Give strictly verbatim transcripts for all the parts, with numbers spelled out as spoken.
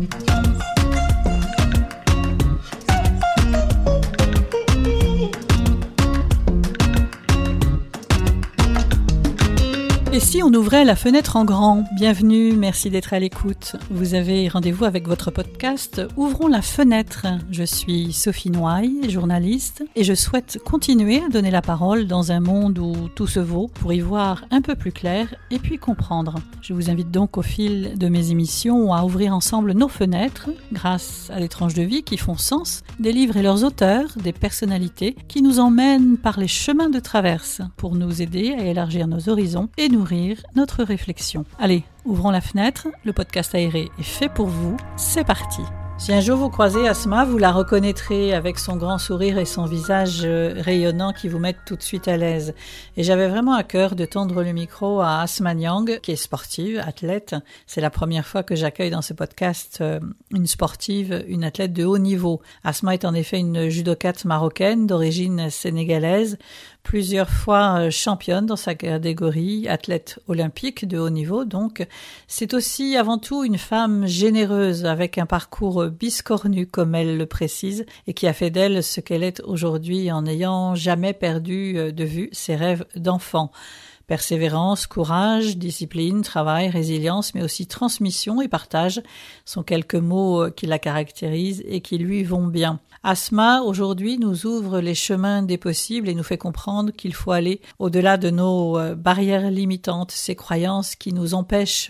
Et si on ouvrait la fenêtre en grand ? Bienvenue, merci d'être à l'écoute. Vous avez rendez-vous avec votre podcast « Ouvrons la fenêtre ». Je suis Sophie Noailles, journaliste, et je souhaite continuer à donner la parole dans un monde où tout se vaut pour y voir un peu plus clair et puis comprendre. Je vous invite donc au fil de mes émissions à ouvrir ensemble nos fenêtres grâce à des tranches de vie qui font sens, des livres et leurs auteurs, des personnalités qui nous emmènent par les chemins de traverse pour nous aider à élargir nos horizons et nourrir notre réflexion. Allez, ouvrons la fenêtre, le podcast aéré est fait pour vous, c'est parti. Si un jour vous croisez Asma, vous la reconnaîtrez avec son grand sourire et son visage rayonnant qui vous mettent tout de suite à l'aise. Et j'avais vraiment à cœur de tendre le micro à Asma Niang, qui est sportive, athlète. C'est la première fois que j'accueille dans ce podcast une sportive, une athlète de haut niveau. Asma est en effet une judokate marocaine d'origine sénégalaise, plusieurs fois championne dans sa catégorie, athlète olympique de haut niveau. Donc, c'est aussi avant tout une femme généreuse avec un parcours biscornu, comme elle le précise, et qui a fait d'elle ce qu'elle est aujourd'hui en n'ayant jamais perdu de vue ses rêves d'enfant. Persévérance, courage, discipline, travail, résilience, mais aussi transmission et partage sont quelques mots qui la caractérisent et qui lui vont bien. Asma, aujourd'hui, nous ouvre les chemins des possibles et nous fait comprendre qu'il faut aller au-delà de nos barrières limitantes, ces croyances qui nous empêchent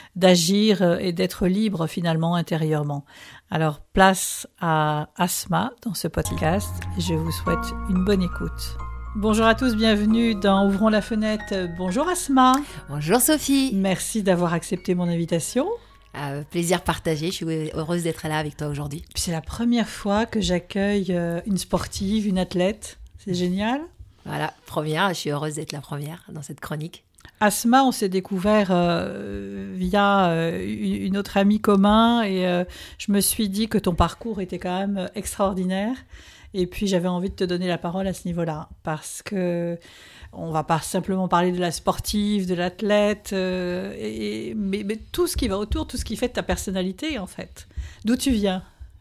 d'agir et d'être libres finalement intérieurement. Alors, place à Asma dans ce podcast et je vous souhaite une bonne écoute. Bonjour à tous, bienvenue dans Ouvrons la fenêtre. Bonjour Asma. Bonjour Sophie. Merci d'avoir accepté mon invitation. Euh, plaisir partagé, je suis heureuse d'être là avec toi aujourd'hui. C'est la première fois que j'accueille une sportive, une athlète. C'est génial. Voilà, première, je suis heureuse d'être la première dans cette chronique. Asma, on s'est découvert euh, via euh, une autre amie commune et euh, je me suis dit que ton parcours était quand même extraordinaire. Et puis, j'avais envie de te donner la parole à ce niveau-là, parce que on va pas simplement parler de la sportive, de l'athlète, euh, et, mais, mais tout ce qui va autour, tout ce qui fait de ta personnalité, en fait. D'où tu viens ?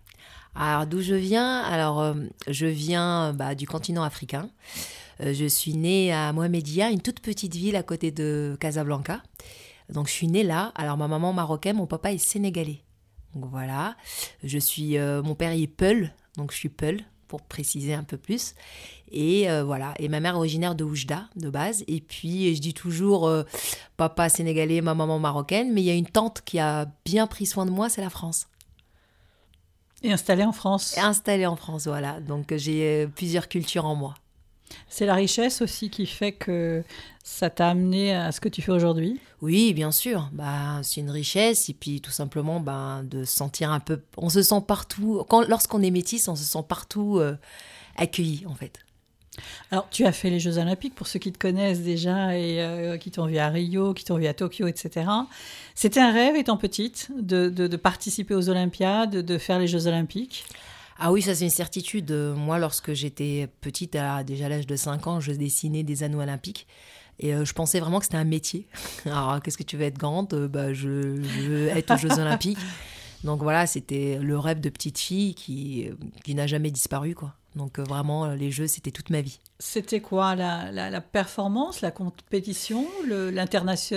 Alors, d'où je viens ? Alors, euh, je viens bah, du continent africain. Euh, je suis née à Mohamedia, une toute petite ville à côté de Casablanca. Donc, je suis née là. Alors, ma maman marocaine, mon papa est sénégalais. Donc, voilà. Je suis, euh, mon père est Peul, donc je suis Peul, pour préciser un peu plus. Et euh, voilà. Et ma mère est originaire de Oujda, de base. Et puis, je dis toujours euh, papa sénégalais, ma maman marocaine. Mais il y a une tante qui a bien pris soin de moi, c'est la France. Et installée en France. Et installée en France, voilà. Donc, j'ai euh, plusieurs cultures en moi. C'est la richesse aussi qui fait que ça t'a amené à ce que tu fais aujourd'hui ? Oui, bien sûr. Bah, c'est une richesse. Et puis, tout simplement, bah, de se sentir un peu... On se sent partout... Quand, lorsqu'on est métisse, on se sent partout euh, accueilli, en fait. Alors, tu as fait les Jeux Olympiques, pour ceux qui te connaissent déjà et euh, qui t'ont vu à Rio, qui t'ont vu à Tokyo, et cetera. C'était un rêve, étant petite, de, de, de participer aux Olympiades, de faire les Jeux Olympiques ? Ah oui, ça c'est une certitude. Moi, lorsque j'étais petite, à déjà l'âge de cinq ans, je dessinais des anneaux olympiques. Et euh, je pensais vraiment que c'était un métier. Alors, qu'est-ce que tu veux être grande ? bah, je, je veux être aux Jeux Olympiques. Donc voilà, c'était le rêve de petite fille qui, qui n'a jamais disparu, quoi. Donc euh, vraiment, les Jeux, c'était toute ma vie. C'était quoi, la, la, la performance, la compétition, le, l'internationalité ?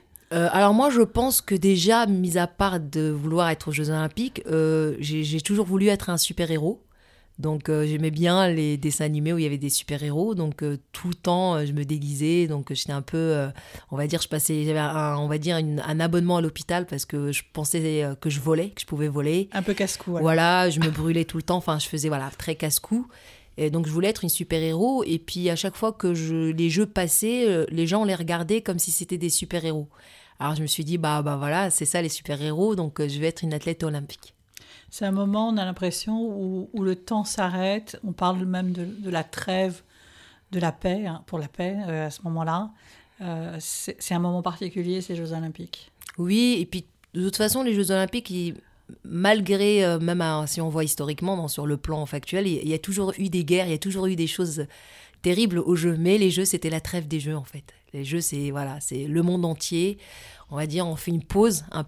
Euh, alors moi, je pense que déjà, mis à part de vouloir être aux Jeux Olympiques, euh, j'ai, j'ai toujours voulu être un super-héros. Donc euh, j'aimais bien les dessins animés où il y avait des super-héros. Donc euh, tout le temps, euh, je me déguisais. Donc j'étais un peu, euh, on va dire, je passais, j'avais un, on va dire une, un abonnement à l'hôpital parce que je pensais euh, que je volais, que je pouvais voler. Un peu casse-cou. Ouais. Voilà, je me brûlais tout le temps. Enfin, je faisais voilà très casse-cou. Et donc je voulais être une super-héros. Et puis à chaque fois que je, les jeux passaient, euh, les gens les regardaient comme si c'était des super-héros. Alors je me suis dit, bah, bah voilà, c'est ça les super-héros, donc euh, je vais être une athlète olympique. C'est un moment, on a l'impression, où, où le temps s'arrête. On parle même de, de la trêve, de la paix, hein, pour la paix euh, à ce moment-là. Euh, c'est, c'est un moment particulier, ces Jeux Olympiques. Oui, et puis de toute façon, les Jeux Olympiques, ils, malgré, euh, même à, si on voit historiquement, dans, sur le plan factuel, il, il y a toujours eu des guerres, il y a toujours eu des choses terribles aux Jeux. Mais les Jeux, c'était la trêve des Jeux, en fait. Les Jeux, c'est, voilà, c'est le monde entier. On va dire, on fait une pause un peu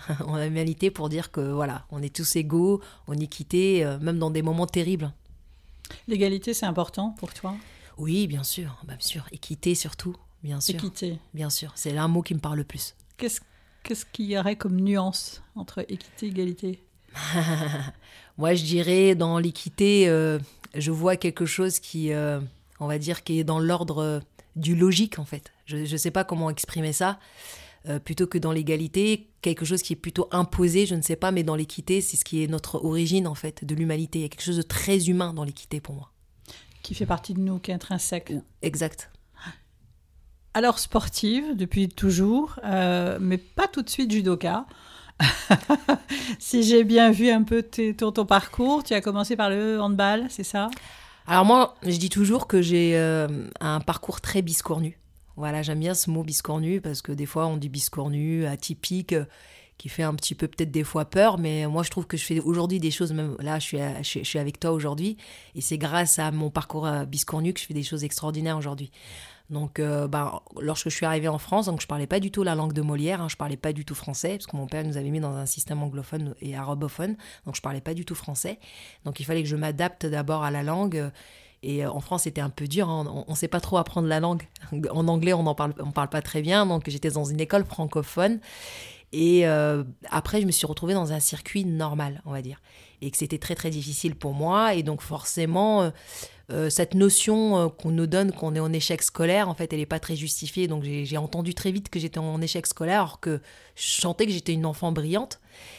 en humanité pour dire que voilà, on est tous égaux, en équité, euh, même dans des moments terribles. L'égalité, c'est important pour toi? Oui, bien sûr, bien sûr. Équité surtout, bien sûr. Équité. Bien sûr, c'est un mot qui me parle le plus. Qu'est-ce, qu'est-ce qu'il y aurait comme nuance entre équité et égalité? Moi, je dirais dans l'équité, euh, je vois quelque chose qui, euh, on va dire, qui est dans l'ordre euh, du logique en fait. Je ne sais pas comment exprimer ça. Euh, plutôt que dans l'égalité, quelque chose qui est plutôt imposé, je ne sais pas, mais dans l'équité, c'est ce qui est notre origine en fait, de l'humanité. Il y a quelque chose de très humain dans l'équité pour moi. Qui fait partie de nous, qui est intrinsèque. Exact. Alors sportive, depuis toujours, euh, mais pas tout de suite judoka. Si j'ai bien vu un peu tes, ton, ton parcours, tu as commencé par le handball, c'est ça? Alors moi, je dis toujours que j'ai euh, un parcours très biscornu. Voilà, j'aime bien ce mot biscornu parce que des fois on dit biscornu, atypique, euh, qui fait un petit peu peut-être des fois peur, mais moi je trouve que je fais aujourd'hui des choses, même là je suis, à, je, je suis avec toi aujourd'hui, et c'est grâce à mon parcours euh, biscornu que je fais des choses extraordinaires aujourd'hui. Donc, euh, bah, lorsque je suis arrivée en France, donc je parlais pas du tout la langue de Molière, hein, je parlais pas du tout français, parce que mon père nous avait mis dans un système anglophone et arabophone, donc je parlais pas du tout français. Donc, il fallait que je m'adapte d'abord à la langue. Et en France, c'était un peu dur, hein, on ne sait pas trop apprendre la langue. En anglais, on n'en parle, on parle pas très bien, donc j'étais dans une école francophone. Et euh, après, je me suis retrouvée dans un circuit normal, on va dire. Et que c'était très, très difficile pour moi. Et donc, forcément, euh, euh, cette notion euh, qu'on nous donne qu'on est en échec scolaire, en fait, elle n'est pas très justifiée. Donc, j'ai, j'ai entendu très vite que j'étais en échec scolaire, alors que je sentais que j'étais une enfant brillante.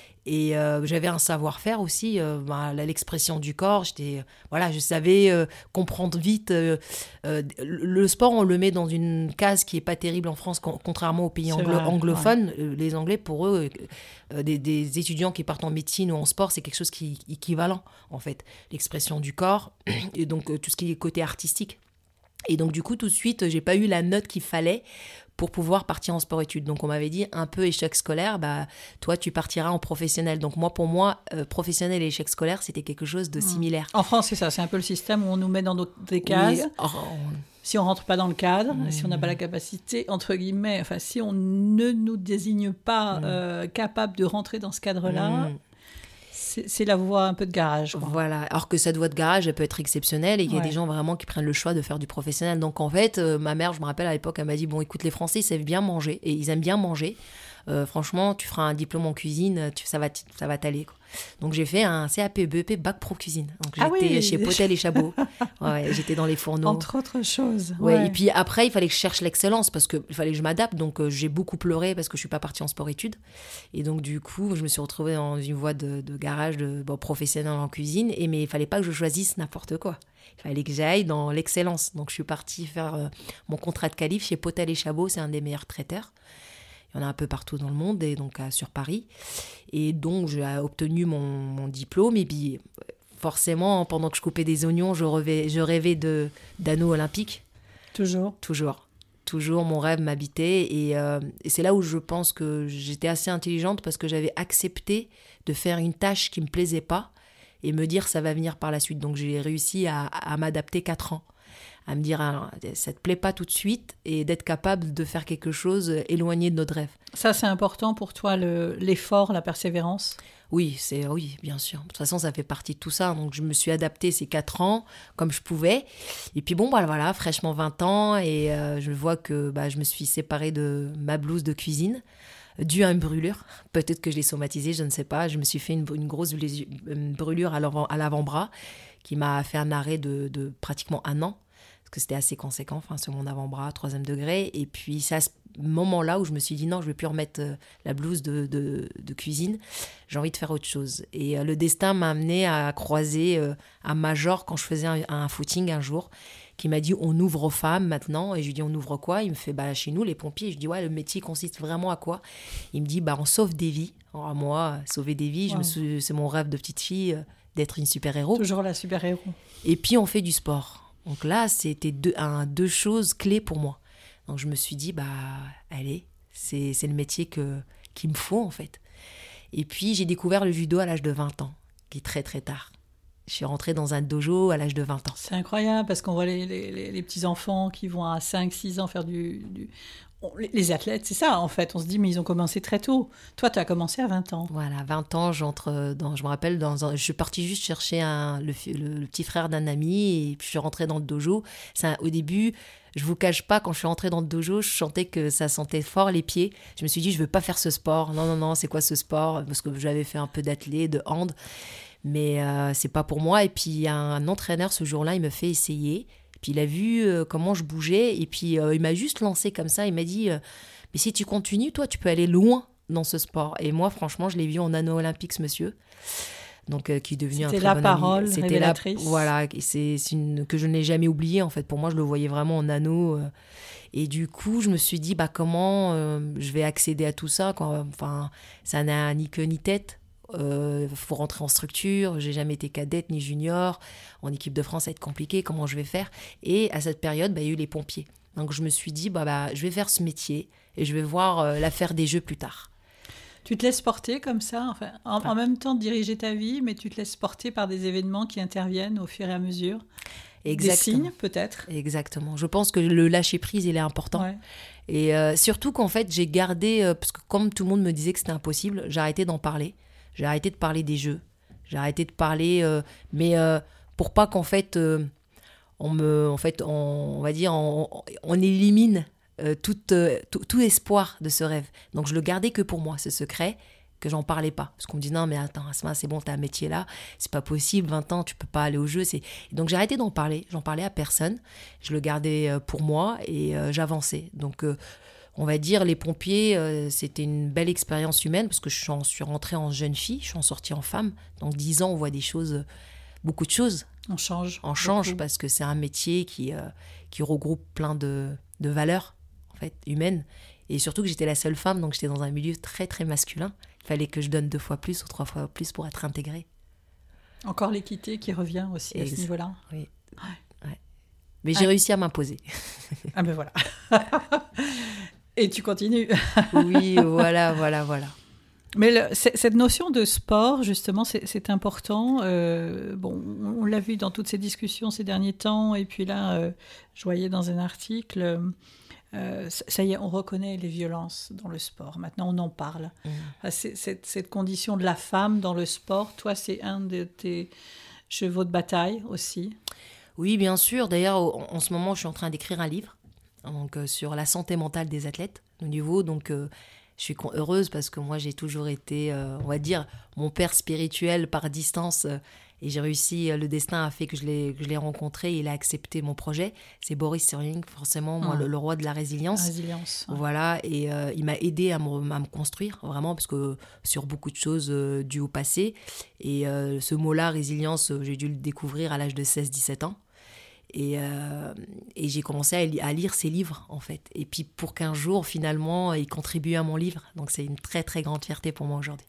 Et euh, j'avais un savoir-faire aussi, euh, bah, l'expression du corps. J'étais, voilà, je savais euh, comprendre vite. Euh, euh, le sport, on le met dans une case qui est pas terrible en France, contrairement aux pays anglo- vrai, anglophones. Ouais. Les Anglais, pour eux, euh, des, des étudiants qui partent en médecine ou en sport, c'est quelque chose qui est équivalent, en fait. L'expression du corps, et donc euh, tout ce qui est côté artistique. Et donc, du coup, tout de suite, j'ai pas eu la note qu'il fallait pour pouvoir partir en sport-études. Donc, on m'avait dit, un peu échec scolaire, bah, toi, tu partiras en professionnel. Donc, moi, pour moi, euh, professionnel et échec scolaire, c'était quelque chose de similaire. En France, c'est ça, c'est un peu le système où on nous met dans notre, des cases. Oui. Oh. Si on rentre pas dans le cadre, mmh. si on n'a pas la capacité, entre guillemets, enfin, si on ne nous désigne pas mmh. euh, capable de rentrer dans ce cadre-là, mmh. c'est, c'est la voie un peu de garage, quoi. Voilà, alors que cette voie de garage, elle peut être exceptionnelle et qu'il y a ouais. des gens vraiment qui prennent le choix de faire du professionnel. Donc en fait, euh, ma mère, je me rappelle à l'époque, elle m'a dit, bon écoute, les Français, ils savent bien manger et ils aiment bien manger. Euh, franchement, tu feras un diplôme en cuisine, tu, ça, va, ça va t'aller, quoi. Donc j'ai fait un C A P B E P bac pro cuisine. Donc j'étais ah oui, chez Potel et Chabot. Ouais, j'étais dans les fourneaux. Entre autres choses. Ouais. Ouais. Et puis après, il fallait que je cherche l'excellence parce qu'il fallait que je m'adapte. Donc euh, j'ai beaucoup pleuré parce que je suis pas partie en sport-études. Et donc du coup, je me suis retrouvée dans une voie de, de garage de, bon, professionnel en cuisine. Et, mais il fallait pas que je choisisse n'importe quoi. Il fallait que j'aille dans l'excellence. Donc je suis partie faire euh, mon contrat de qualif chez Potel et Chabot. C'est un des meilleurs traiteurs. Il y en a un peu partout dans le monde, et donc euh, sur Paris. Et donc, j'ai obtenu mon, mon diplôme. Et puis, forcément, pendant que je coupais des oignons, je rêvais, je rêvais de, d'anneaux olympiques. Toujours Toujours. Toujours, mon rêve m'habitait. Et, euh, et c'est là où je pense que j'étais assez intelligente parce que j'avais accepté de faire une tâche qui ne me plaisait pas et me dire ça va venir par la suite. Donc, j'ai réussi à, à m'adapter quatre ans. À me dire, ah, ça ne te plaît pas tout de suite, et d'être capable de faire quelque chose éloigné de notre rêve. Ça, c'est important pour toi, le, l'effort, la persévérance? Oui, c'est, oui, bien sûr. De toute façon, ça fait partie de tout ça. Donc, je me suis adaptée ces quatre ans comme je pouvais. Et puis, bon, bah, voilà, fraîchement vingt ans, et euh, je vois que bah, je me suis séparée de ma blouse de cuisine, due à une brûlure. Peut-être que je l'ai somatisée, je ne sais pas. Je me suis fait une, une grosse une brûlure à, l'avant, à l'avant-bras qui m'a fait un arrêt de, de pratiquement un an. Que c'était assez conséquent, enfin, sur mon avant-bras, troisième degré. Et puis, c'est à ce moment-là où je me suis dit, non, je ne vais plus remettre euh, la blouse de, de, de cuisine. J'ai envie de faire autre chose. Et euh, le destin m'a amené à croiser euh, un major quand je faisais un, un footing un jour, qui m'a dit, on ouvre aux femmes maintenant. Et je lui dis, on ouvre quoi? Il me fait, bah, chez nous, les pompiers. Je dis, ouais, le métier consiste vraiment à quoi? Il me dit, bah, on sauve des vies. Alors, moi, sauver des vies, wow. je me suis, c'est mon rêve de petite fille, euh, d'être une super-héros. Toujours la super-héros. Et puis, on fait du sport. Donc là, c'était deux, un, deux choses clés pour moi. Donc je me suis dit, bah, allez, c'est, c'est le métier que, qu'il me faut en fait. Et puis j'ai découvert le judo à l'âge de vingt ans, qui est très très tard. Je suis rentrée dans un dojo à l'âge de vingt ans. C'est incroyable parce qu'on voit les, les, les, les petits-enfants qui vont à cinq six ans faire du... du... on, les athlètes, c'est ça en fait. On se dit, mais ils ont commencé très tôt. Toi, tu as commencé à vingt ans. Voilà, vingt ans, j'entre dans, je me rappelle, dans un, je suis partie juste chercher un, le, le, le petit frère d'un ami et puis je suis rentrée dans le dojo. Ça, au début, je vous cache pas, quand je suis rentrée dans le dojo, je sentais que ça sentait fort les pieds. Je me suis dit, je veux pas faire ce sport. Non, non, non, c'est quoi ce sport? Parce que j'avais fait un peu d'athlé, de hand, mais euh, c'est pas pour moi. Et puis, un entraîneur, ce jour-là, il me fait essayer. Puis il a vu euh, comment je bougeais et puis euh, il m'a juste lancé comme ça. Il m'a dit euh, « Mais si tu continues, toi, tu peux aller loin dans ce sport. » Et moi, franchement, je l'ai vu en anneau olympique, ce monsieur. Donc, euh, qui est devenu un très bon ami. C'était la parole révélatrice. Voilà, c'est, c'est une que je n'ai jamais oubliée. En fait, pour moi, je le voyais vraiment en anneau. Euh, et du coup, je me suis dit bah, « Comment euh, je vais accéder à tout ça quand, enfin, ça n'a ni queue ni tête. » Il euh, faut rentrer en structure, j'ai jamais été cadette ni junior, en équipe de France ça va être compliqué, comment je vais faire? Et à cette période, bah, il y a eu les pompiers. Donc je me suis dit, bah, bah, je vais faire ce métier et je vais voir euh, l'affaire des Jeux plus tard. Tu te laisses porter comme ça, enfin, en, ah. en même temps de diriger ta vie, mais tu te laisses porter par des événements qui interviennent au fur et à mesure. Exactement. Des signes peut-être. Exactement. Je pense que le lâcher-prise, il est important. Ouais. Et euh, surtout qu'en fait, j'ai gardé, euh, parce que comme tout le monde me disait que c'était impossible, j'ai arrêté d'en parler. J'ai arrêté de parler des jeux. J'ai arrêté de parler, euh, mais euh, pour pas qu'en fait, euh, on me, en fait, on, on va dire, on, on élimine euh, tout, euh, tout, tout espoir de ce rêve. Donc je le gardais que pour moi, ce secret, que j'en parlais pas. Parce qu'on me dit non, mais attends, Asma, c'est bon, t'as un métier là, c'est pas possible, vingt ans, tu peux pas aller au jeu. C'est... Donc j'ai arrêté d'en parler. J'en parlais à personne. Je le gardais euh, pour moi et euh, j'avançais. Donc euh, on va dire, les pompiers, euh, c'était une belle expérience humaine parce que je suis, en, je suis rentrée en jeune fille, je suis en sortie en femme. Donc, dix ans, on voit des choses, beaucoup de choses. On change. On change beaucoup. Parce que c'est un métier qui, euh, qui regroupe plein de, de valeurs, en fait, humaines. Et surtout que j'étais la seule femme, donc j'étais dans un milieu très, très masculin. Il fallait que je donne deux fois plus ou trois fois plus pour être intégrée. Encore l'équité qui revient aussi à ce niveau-là. Oui. Ouais. Ouais. Mais j'ai ah. réussi à m'imposer. Ah ben voilà. Et tu continues. Oui, voilà, voilà, voilà. Mais le, cette notion de sport, justement, c'est, c'est important. Euh, bon, on l'a vu dans toutes ces discussions ces derniers temps. Et puis là, euh, je voyais dans un article, euh, ça y est, on reconnaît les violences dans le sport. Maintenant, on en parle. Mmh. C'est, cette, cette condition de la femme dans le sport, toi, c'est un de tes chevaux de bataille aussi. Oui, bien sûr. D'ailleurs, en, en ce moment, je suis en train d'écrire un livre. Donc, euh, sur la santé mentale des athlètes au niveau. Donc, euh, je suis heureuse parce que moi, j'ai toujours été, euh, on va dire, mon père spirituel par distance. Euh, et j'ai réussi, euh, le destin a fait que je l'ai, que je l'ai rencontré et il a accepté mon projet. C'est Boris Cyrulnik, forcément, moi, mmh. le, le roi de la résilience. La résilience. Ouais. Voilà, et euh, il m'a aidé à me, à me construire, vraiment, parce que sur beaucoup de choses euh, dues au passé. Et euh, ce mot-là, résilience, euh, j'ai dû le découvrir à l'âge de seize dix-sept ans. Et, euh, et j'ai commencé à, li- à lire ses livres, en fait. Et puis, pour qu'un jour, finalement, il contribue à mon livre. Donc, c'est une très, très grande fierté pour moi aujourd'hui.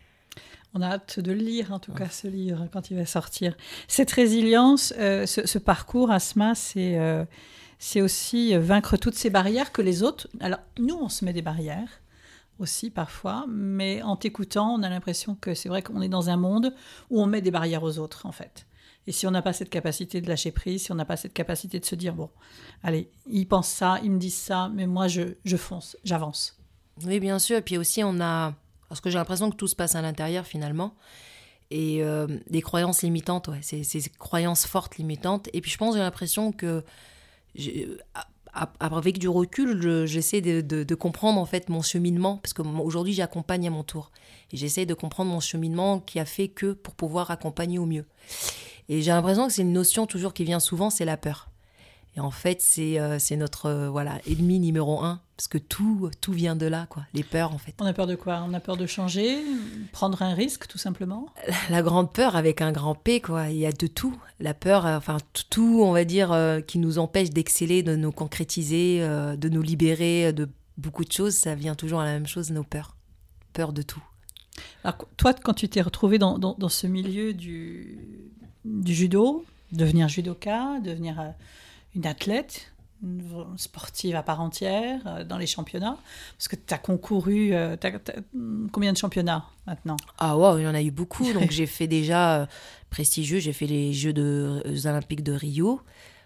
On a hâte de le lire, en tout ouais. cas, ce livre, quand il va sortir. Cette résilience, euh, ce, ce parcours, Asma, c'est, euh, c'est aussi vaincre toutes ces barrières que les autres... Alors, nous, on se met des barrières aussi, parfois, mais en t'écoutant, on a l'impression que c'est vrai qu'on est dans un monde où on met des barrières aux autres, en fait. Et si on n'a pas cette capacité de lâcher prise, si on n'a pas cette capacité de se dire, bon, allez, ils pensent ça, ils me disent ça, mais moi, je, je fonce, j'avance. Oui, bien sûr. Et puis aussi, on a... Parce que j'ai l'impression que tout se passe à l'intérieur, finalement. Et euh, des croyances limitantes, ouais. C'est, c'est ces croyances fortes, limitantes. Et puis, je pense, j'ai l'impression que... J'ai, avec du recul, je, j'essaie de, de, de comprendre, en fait, mon cheminement. Parce qu'aujourd'hui, j'accompagne à mon tour. Et j'essaie de comprendre mon cheminement qui a fait que pour pouvoir accompagner au mieux. Et j'ai l'impression que c'est une notion toujours qui vient souvent, c'est la peur. Et en fait, c'est, euh, c'est notre euh, voilà, ennemi numéro un, parce que tout, tout vient de là, quoi. Les peurs, en fait. On a peur de quoi ? On a peur de changer, prendre un risque, tout simplement ? La, la grande peur avec un grand P, quoi. Il y a de tout. La peur, euh, enfin, tout, on va dire, euh, qui nous empêche d'exceller, de nous concrétiser, euh, de nous libérer de beaucoup de choses, ça vient toujours à la même chose, nos peurs. Peur de tout. Alors, toi, quand tu t'es retrouvée dans, dans, dans ce milieu du... du judo, devenir judoka, devenir euh, une athlète, une sportive à part entière euh, dans les championnats, parce que tu as concouru, euh, t'as, t'as, combien de championnats maintenant ? Ah wow, il y en a eu beaucoup, donc j'ai fait déjà euh, prestigieux, j'ai fait les Jeux de, euh, Olympiques de Rio,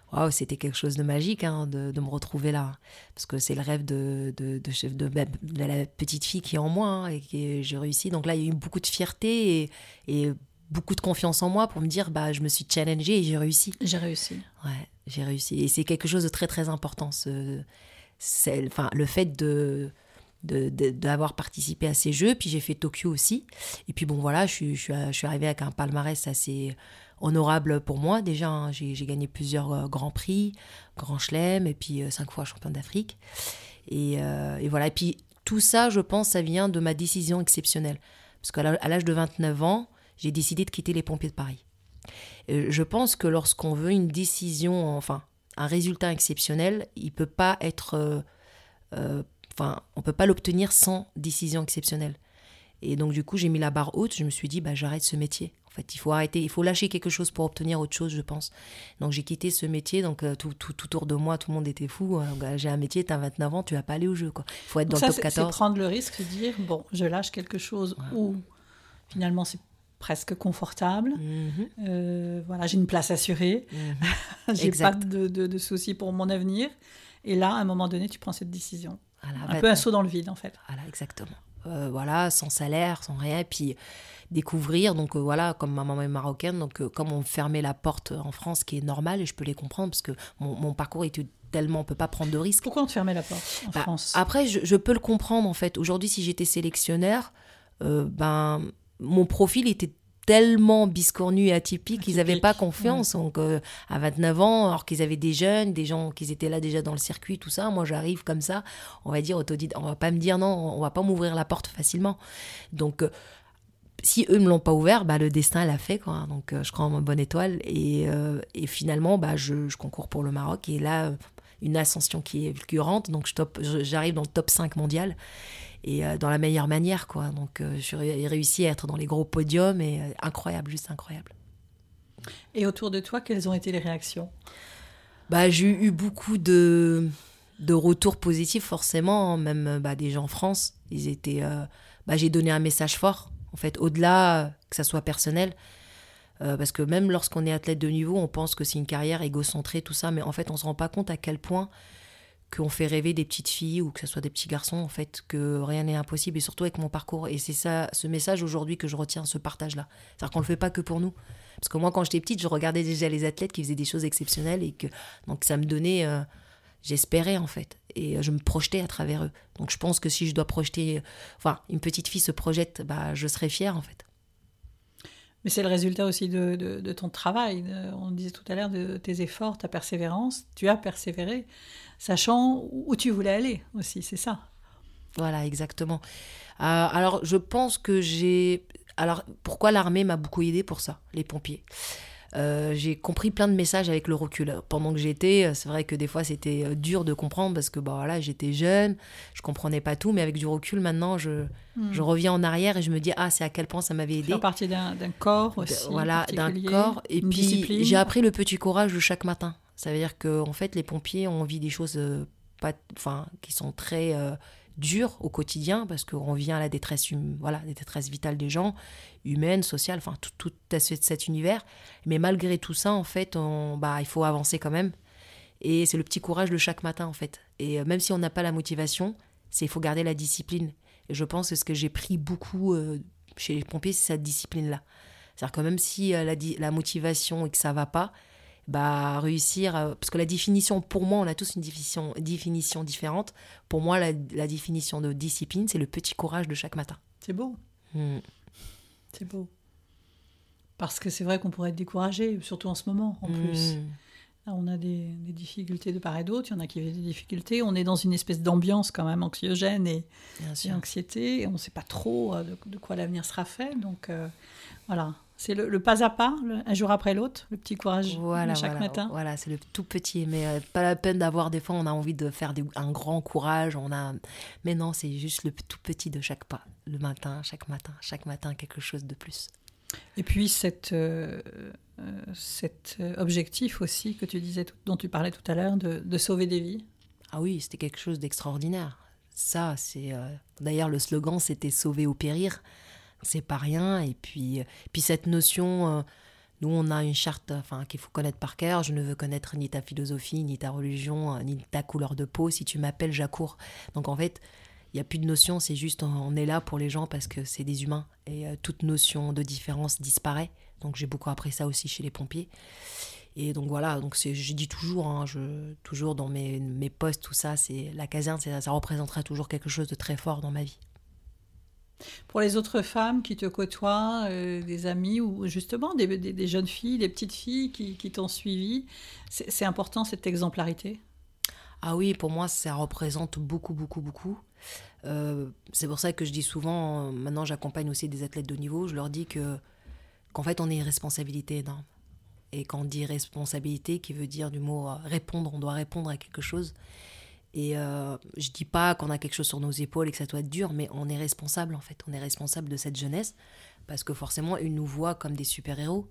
Waouh, c'était quelque chose de magique hein, de, de me retrouver là. Parce que c'est le rêve de, de, de, de, de, de la petite fille qui est en moi hein, et que j'ai réussi. Donc là, il y a eu beaucoup de fierté et, et beaucoup de confiance en moi pour me dire bah, je me suis challengée et j'ai réussi. J'ai réussi. Ouais, j'ai réussi. Et c'est quelque chose de très, très important. Ce, c'est, enfin, le fait de... De, de, d'avoir participé à ces jeux, puis j'ai fait Tokyo aussi, et puis bon voilà, je suis, je suis, je suis arrivée avec un palmarès assez honorable pour moi déjà, hein. j'ai, j'ai gagné plusieurs euh, grands prix, Grand Chelem, et puis euh, cinq fois championne d'Afrique, et, euh, et voilà, et puis tout ça je pense ça vient de ma décision exceptionnelle, parce qu'à l'âge de vingt-neuf ans, j'ai décidé de quitter les pompiers de Paris. Et je pense que lorsqu'on veut une décision, enfin un résultat exceptionnel, il ne peut pas être... Euh, euh, Enfin, on ne peut pas l'obtenir sans décision exceptionnelle. Et donc, du coup, j'ai mis la barre haute. Je me suis dit, bah, j'arrête ce métier. En fait, il faut arrêter, il faut lâcher quelque chose pour obtenir autre chose, je pense. Donc, j'ai quitté ce métier. Donc, euh, tout, tout, tout autour de moi, tout le monde était fou. Euh, j'ai un métier, tu as vingt-neuf ans, tu ne vas pas aller au jeu, quoi. Il faut être donc dans ça, le top quatorze. C'est prendre le risque de dire, bon, je lâche quelque chose ouais. où, finalement, c'est presque confortable. Mm-hmm. Euh, voilà, j'ai une place assurée. Mm-hmm. j'ai exact. pas de, de, de soucis pour mon avenir. Et là, à un moment donné, tu prends cette décision. Voilà, un vingt... peu un saut dans le vide, en fait. Voilà, exactement. Euh, voilà, sans salaire, sans rien, et puis découvrir, donc euh, voilà, comme ma maman est marocaine, donc euh, comme on fermait la porte en France, ce qui est normal, et je peux les comprendre, parce que mon, mon parcours était tellement, on ne peut pas prendre de risques. Pourquoi on te fermait la porte en bah, France ? Après, je, je peux le comprendre, en fait. Aujourd'hui, si j'étais sélectionneur, euh, ben, mon profil était tellement biscornu et atypique, qu'ils n'avaient pas confiance. Ouais. Donc, euh, à vingt-neuf ans, alors qu'ils avaient des jeunes, des gens qui étaient là déjà dans le circuit, tout ça, moi j'arrive comme ça, on va dire autodidacte, on va pas me dire non, on va pas m'ouvrir la porte facilement. Donc, euh, si eux me l'ont pas ouvert, bah, le destin l'a fait, quoi. Donc, euh, je crois en ma bonne étoile. Et, euh, et finalement, bah, je, je concours pour le Maroc. Et là, une ascension qui est fulgurante. Donc, je top, je, j'arrive dans le top cinq mondial. Et euh, dans la meilleure manière, quoi. Donc, euh, j'ai réussi à être dans les gros podiums et euh, incroyable, juste incroyable. Et autour de toi, quelles ont été les réactions ? Bah, j'ai eu beaucoup de, de retours positifs, forcément, même bah, des gens en France. Ils étaient, euh, bah, j'ai donné un message fort, en fait, au-delà que ça soit personnel. Euh, parce que même lorsqu'on est athlète de niveau, on pense que c'est une carrière égocentrée, tout ça, mais en fait, on ne se rend pas compte à quel point qu'on fait rêver des petites filles ou que ce soit des petits garçons, en fait, que rien n'est impossible, et surtout avec mon parcours. Et c'est ça, ce message aujourd'hui que je retiens, ce partage-là. C'est-à-dire qu'on ne le fait pas que pour nous. Parce que moi, quand j'étais petite, je regardais déjà les athlètes qui faisaient des choses exceptionnelles, et que donc ça me donnait... Euh, j'espérais, en fait. Et euh, je me projetais à travers eux. Donc je pense que si je dois projeter... Enfin, une petite fille se projette, bah, je serais fière, en fait. Mais c'est le résultat aussi de, de, de ton travail. De, on disait tout à l'heure de tes efforts, ta persévérance. Tu as persévéré, sachant où tu voulais aller aussi, c'est ça. Voilà, exactement. Euh, alors, je pense que j'ai... Alors, pourquoi l'armée m'a beaucoup aidée pour ça, les pompiers ? Euh, j'ai compris plein de messages avec le recul. Pendant que j'étais, c'est vrai que des fois c'était dur de comprendre parce que bah, voilà, j'étais jeune, je comprenais pas tout, mais avec du recul maintenant, je, mmh. je reviens en arrière et je me dis ah, c'est à quel point ça m'avait aidé. Faire partie d'un, d'un corps aussi. De, voilà, d'un corps. Et puis discipline. J'ai appris le petit courage de chaque matin. Ça veut dire que en fait, les pompiers ont vit des choses euh, pas, enfin, qui sont très euh, dures au quotidien parce qu'on vient à la détresse, hum, voilà, la détresse vitale des gens, humaine, sociale, enfin tout, tout cet univers. Mais malgré tout ça, en fait, on, bah, il faut avancer quand même. Et c'est le petit courage de chaque matin, en fait. Et euh, même si on n'a pas la motivation, c'est il faut garder la discipline. Et je pense que ce que j'ai pris beaucoup euh, chez les pompiers, c'est cette discipline-là. C'est-à-dire que même si euh, la, la motivation et que ça va pas, bah réussir, euh, parce que la définition, pour moi, on a tous une définition, définition différente. Pour moi, la, la définition de discipline, c'est le petit courage de chaque matin. C'est beau. Mmh. C'est beau. Parce que c'est vrai qu'on pourrait être découragé, surtout en ce moment, en mmh. plus. Là, on a des, des difficultés de part et d'autre, il y en a qui avaient des difficultés. On est dans une espèce d'ambiance quand même anxiogène et, et anxiété, et on ne sait pas trop de, de quoi l'avenir sera fait. Donc euh, voilà, c'est le, le pas à pas, le, un jour après l'autre, le petit courage voilà, de chaque voilà, matin. Voilà, c'est le tout petit, mais euh, pas la peine d'avoir, des fois on a envie de faire des, un grand courage, on a... mais non, c'est juste le tout petit de chaque pas, le matin, chaque matin, chaque matin, quelque chose de plus. Et puis cette, euh, euh, cet objectif aussi que tu disais, dont tu parlais tout à l'heure, de, de sauver des vies. Ah oui, c'était quelque chose d'extraordinaire. Ça, c'est euh... d'ailleurs le slogan, c'était sauver ou périr. C'est pas rien. Et puis, puis cette notion euh, Nous, on a une charte enfin, qu'il faut connaître par cœur. Je ne veux connaître ni ta philosophie, ni ta religion, ni ta couleur de peau. Si tu m'appelles, j'accours. Donc en fait, il n'y a plus de notion, c'est juste on est là pour les gens parce que c'est des humains. Et euh, toute notion de différence disparaît. Donc j'ai beaucoup appris ça aussi chez les pompiers. Et donc voilà, donc c'est, je dis toujours, hein, je, toujours dans mes, mes posts, tout ça, c'est, la caserne, c'est, ça représentera toujours quelque chose de très fort dans ma vie. Pour les autres femmes qui te côtoient, euh, des amis ou justement des, des, des jeunes filles, des petites filles qui, qui t'ont suivi, c'est, c'est important cette exemplarité? Ah oui, pour moi, ça représente beaucoup, beaucoup, beaucoup. Euh, c'est pour ça que je dis souvent, maintenant j'accompagne aussi des athlètes de haut niveau, je leur dis que, qu'en fait on a une responsabilité énorme. Et quand on dit responsabilité, qui veut dire du mot répondre, on doit répondre à quelque chose. Et euh, je dis pas qu'on a quelque chose sur nos épaules et que ça doit être dur, mais on est responsable en fait. On est responsable de cette jeunesse parce que forcément, ils nous voient comme des super-héros.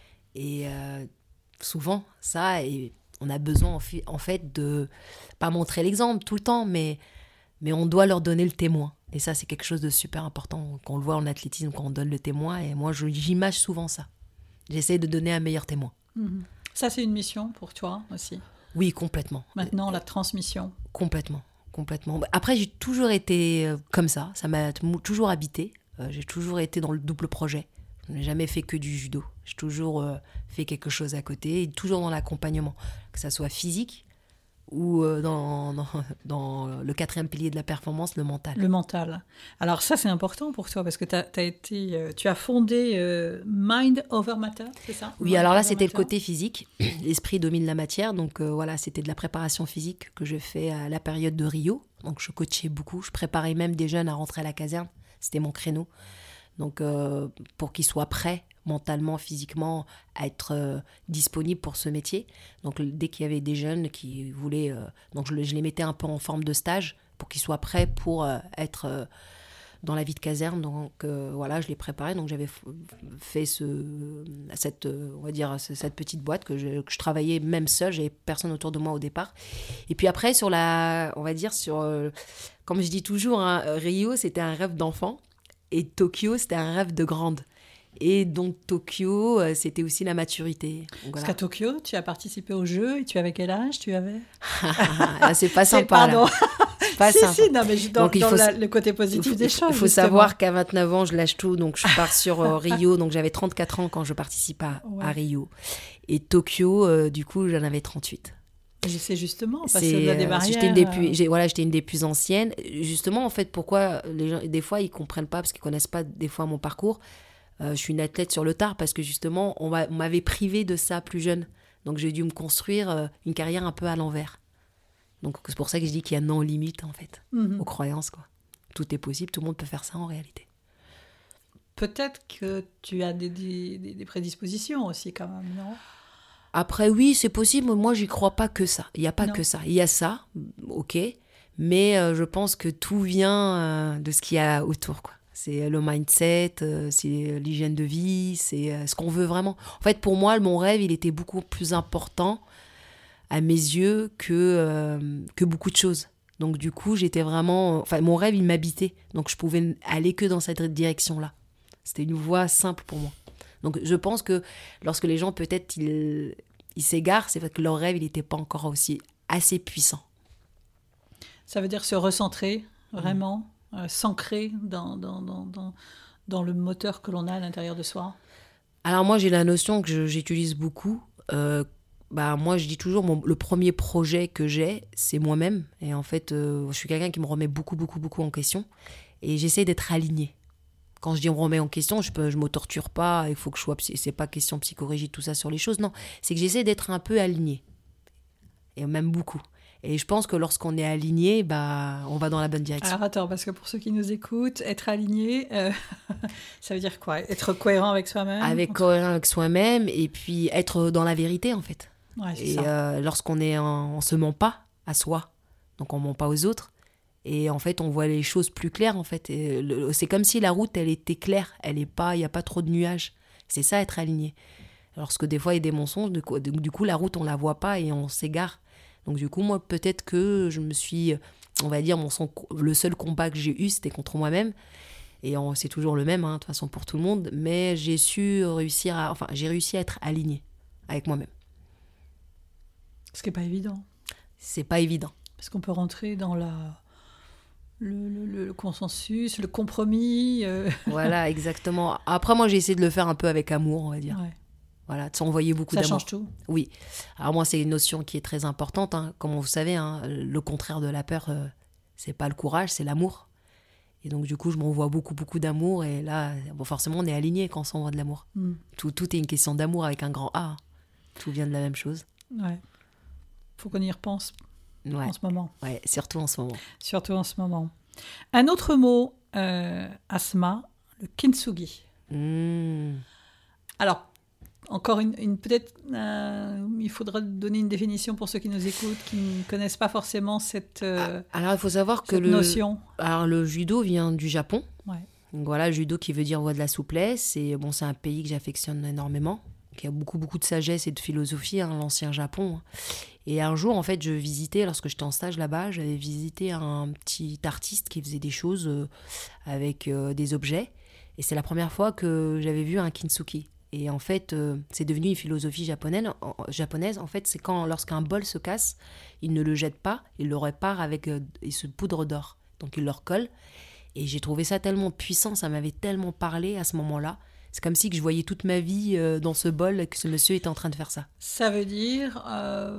Et euh, souvent, ça, et on a besoin en fait de pas montrer l'exemple tout le temps, mais, mais on doit leur donner le témoin. Et ça, c'est quelque chose de super important. Quand on le voit en athlétisme, quand on donne le témoin, et moi, je, j'image souvent ça. J'essaie de donner un meilleur témoin. Mmh. Ça, c'est une mission pour toi aussi? Oui, complètement. Maintenant, la transmission. Complètement, complètement. Après, j'ai toujours été comme ça. Ça m'a toujours habité. Euh, j'ai toujours été dans le double projet. Je n'ai jamais fait que du judo. J'ai toujours euh, fait quelque chose à côté, et toujours dans l'accompagnement, que ça soit physique ou euh, dans, dans, dans le quatrième pilier de la performance, le mental. Le mental. Alors ça, c'est important pour toi parce que t'as, t'as été, euh, tu as fondé euh, Mind Over Matter, c'est ça? Oui, Mind alors là, Over c'était Matter. le côté physique. L'esprit domine la matière. Donc euh, voilà, c'était de la préparation physique que je fais à la période de Rio. Donc je coachais beaucoup. Je préparais même des jeunes à rentrer à la caserne. C'était mon créneau. Donc euh, pour qu'ils soient prêts mentalement, physiquement, à être euh, disponibles pour ce métier. Donc dès qu'il y avait des jeunes qui voulaient... Euh, donc je, je les mettais un peu en forme de stage pour qu'ils soient prêts pour euh, être euh, dans la vie de caserne. Donc euh, voilà, je les préparais. Donc j'avais f- fait ce, cette, euh, on va dire, cette petite boîte que je, que je travaillais même seule. J'avais personne autour de moi au départ. Et puis après, sur la... On va dire, sur... Euh, comme je dis toujours, hein, Rio, c'était un rêve d'enfant. Et Tokyo, c'était un rêve de grande. Et donc Tokyo, euh, c'était aussi la maturité. Donc, Parce voilà. qu'à Tokyo, tu as participé au jeu et tu avais quel âge tu avais? Là, c'est pas C'est- sympa. Pardon. Là. C'est pas si, sympa. si, non, mais je- dans, Donc, il dans faut la- s- le côté Il positif faut, des choses. il faut justement. savoir qu'à vingt-neuf ans, je lâche tout. Donc je pars sur euh, Rio. Donc j'avais trente-quatre ans quand je participe à, Ouais. à Rio. Et Tokyo, euh, du coup, j'en avais trente-huit. Je sais justement, parce C'est, qu'il y a des euh, barrières. j'étais une des euh, plus, j'ai- voilà, j'étais une des plus anciennes. Justement, en fait, pourquoi les gens, des fois, ils comprennent pas parce qu'ils connaissent pas des fois mon parcours. Euh, je suis une athlète sur le tard parce que justement, on, m'a- on m'avait privé de ça plus jeune. Donc j'ai dû me construire euh, une carrière un peu à l'envers. Donc c'est pour ça que je dis qu'il y a non limite en fait mhm. aux croyances quoi. Tout est possible, tout le monde peut faire ça en réalité. Peut-être que tu as des, des, des- des prédispositions aussi, quand même, non? Après oui, c'est possible, mais moi j'y crois pas que ça. Il y a pas Non. que ça. Il y a ça, ok, mais euh, je pense que tout vient euh, de ce qu'il y a autour quoi. C'est le mindset, euh, c'est l'hygiène de vie, c'est euh, ce qu'on veut vraiment. En fait, pour moi, mon rêve, il était beaucoup plus important à mes yeux que, euh, que beaucoup de choses. Donc du coup, j'étais vraiment... Enfin, mon rêve, il m'habitait. Donc je pouvais aller que dans cette direction-là. C'était une voie simple pour moi. Donc je pense que lorsque les gens, peut-être, ils, ils s'égarent, c'est parce que leur rêve, il n'était pas encore aussi assez puissant. Ça veut dire se recentrer, vraiment, euh, s'ancrer dans, dans, dans, dans, dans le moteur que l'on a à l'intérieur de soi. Alors moi, j'ai la notion que je- j'utilise beaucoup. Euh, bah, moi, je dis toujours, mon, le premier projet que j'ai, c'est moi-même. Et en fait, euh, je suis quelqu'un qui me remet beaucoup, beaucoup, beaucoup en question. Et j'essaie d'être alignée. Quand je dis on me remet en question, je ne je me torture pas, il faut que je sois... psy- C'est pas question psychorigide, tout ça sur les choses. Non, c'est que j'essaie d'être un peu alignée. Et même beaucoup. Et je pense que lorsqu'on est aligné, bah, on va dans la bonne direction. Alors attends, parce que pour ceux qui nous écoutent, être aligné, euh, ça veut dire quoi? Être cohérent avec soi-même? Avec cohérent avec soi-même et puis être dans la vérité, en fait. Ouais, c'est Et ça. euh, lorsqu'on est en, on se ment pas à soi, donc on ment pas aux autres, et en fait on voit les choses plus claires en fait. Et le- c'est comme si la route elle était claire, elle est pas, il y a pas trop de nuages. C'est ça être aligné. Lorsque des fois il y a des mensonges, du coup, du coup la route on la voit pas et on s'égare. Donc du coup moi peut-être que je me suis, on va dire mon son- le seul combat que j'ai eu c'était contre moi-même. Et on, c'est toujours le même, hein, de toute façon, pour tout le monde. Mais j'ai su réussir à... Enfin, j'ai réussi à être alignée avec moi-même. Ce qui n'est pas évident. C'est pas évident. Parce qu'on peut rentrer dans la... Le, le, le consensus, le compromis. Euh... Voilà, exactement. Après, moi, j'ai essayé de le faire un peu avec amour, on va dire. Ouais. Voilà, de s'envoyer beaucoup Ça d'amour. Ça change tout. Oui. Alors moi, c'est une notion qui est très importante. Hein. Comme vous savez, hein, le contraire de la peur, euh, c'est pas le courage, c'est l'amour. Et donc, du coup, je m'envoie beaucoup, beaucoup d'amour. Et là, bon, forcément, on est aligné quand on s'envoie de l'amour. Mm. Tout, tout est une question d'amour avec un grand A. Hein. Tout vient de la même chose. Ouais. Faut qu'on y repense. Ouais. En ce moment. Ouais, surtout en ce moment. Surtout en ce moment. Un autre mot, euh, Asma, le kintsugi. Mmh. Alors, encore une, une peut-être, euh, il faudra donner une définition pour ceux qui nous écoutent, qui ne connaissent pas forcément cette euh, Alors, il faut savoir que le, notion. Alors, le judo vient du Japon. Ouais. Donc voilà, judo qui veut dire voie de la souplesse. Et bon, c'est un pays que j'affectionne énormément, qui a beaucoup, beaucoup de sagesse et de philosophie, hein, l'ancien Japon. Et un jour, en fait, je visitais, lorsque j'étais en stage là-bas, j'avais visité un petit artiste qui faisait des choses euh, avec euh, des objets. Et c'est la première fois que j'avais vu un kintsugi. Et en fait, euh, c'est devenu une philosophie japonaise. En, japonaise. En fait, c'est quand, lorsqu'un bol se casse, il ne le jette pas, il le répare avec euh, ce poudre d'or. Donc, il le recolle. Et j'ai trouvé ça tellement puissant, ça m'avait tellement parlé à ce moment-là. C'est comme si que je voyais toute ma vie euh, dans ce bol et que ce monsieur était en train de faire ça. Ça veut dire, euh,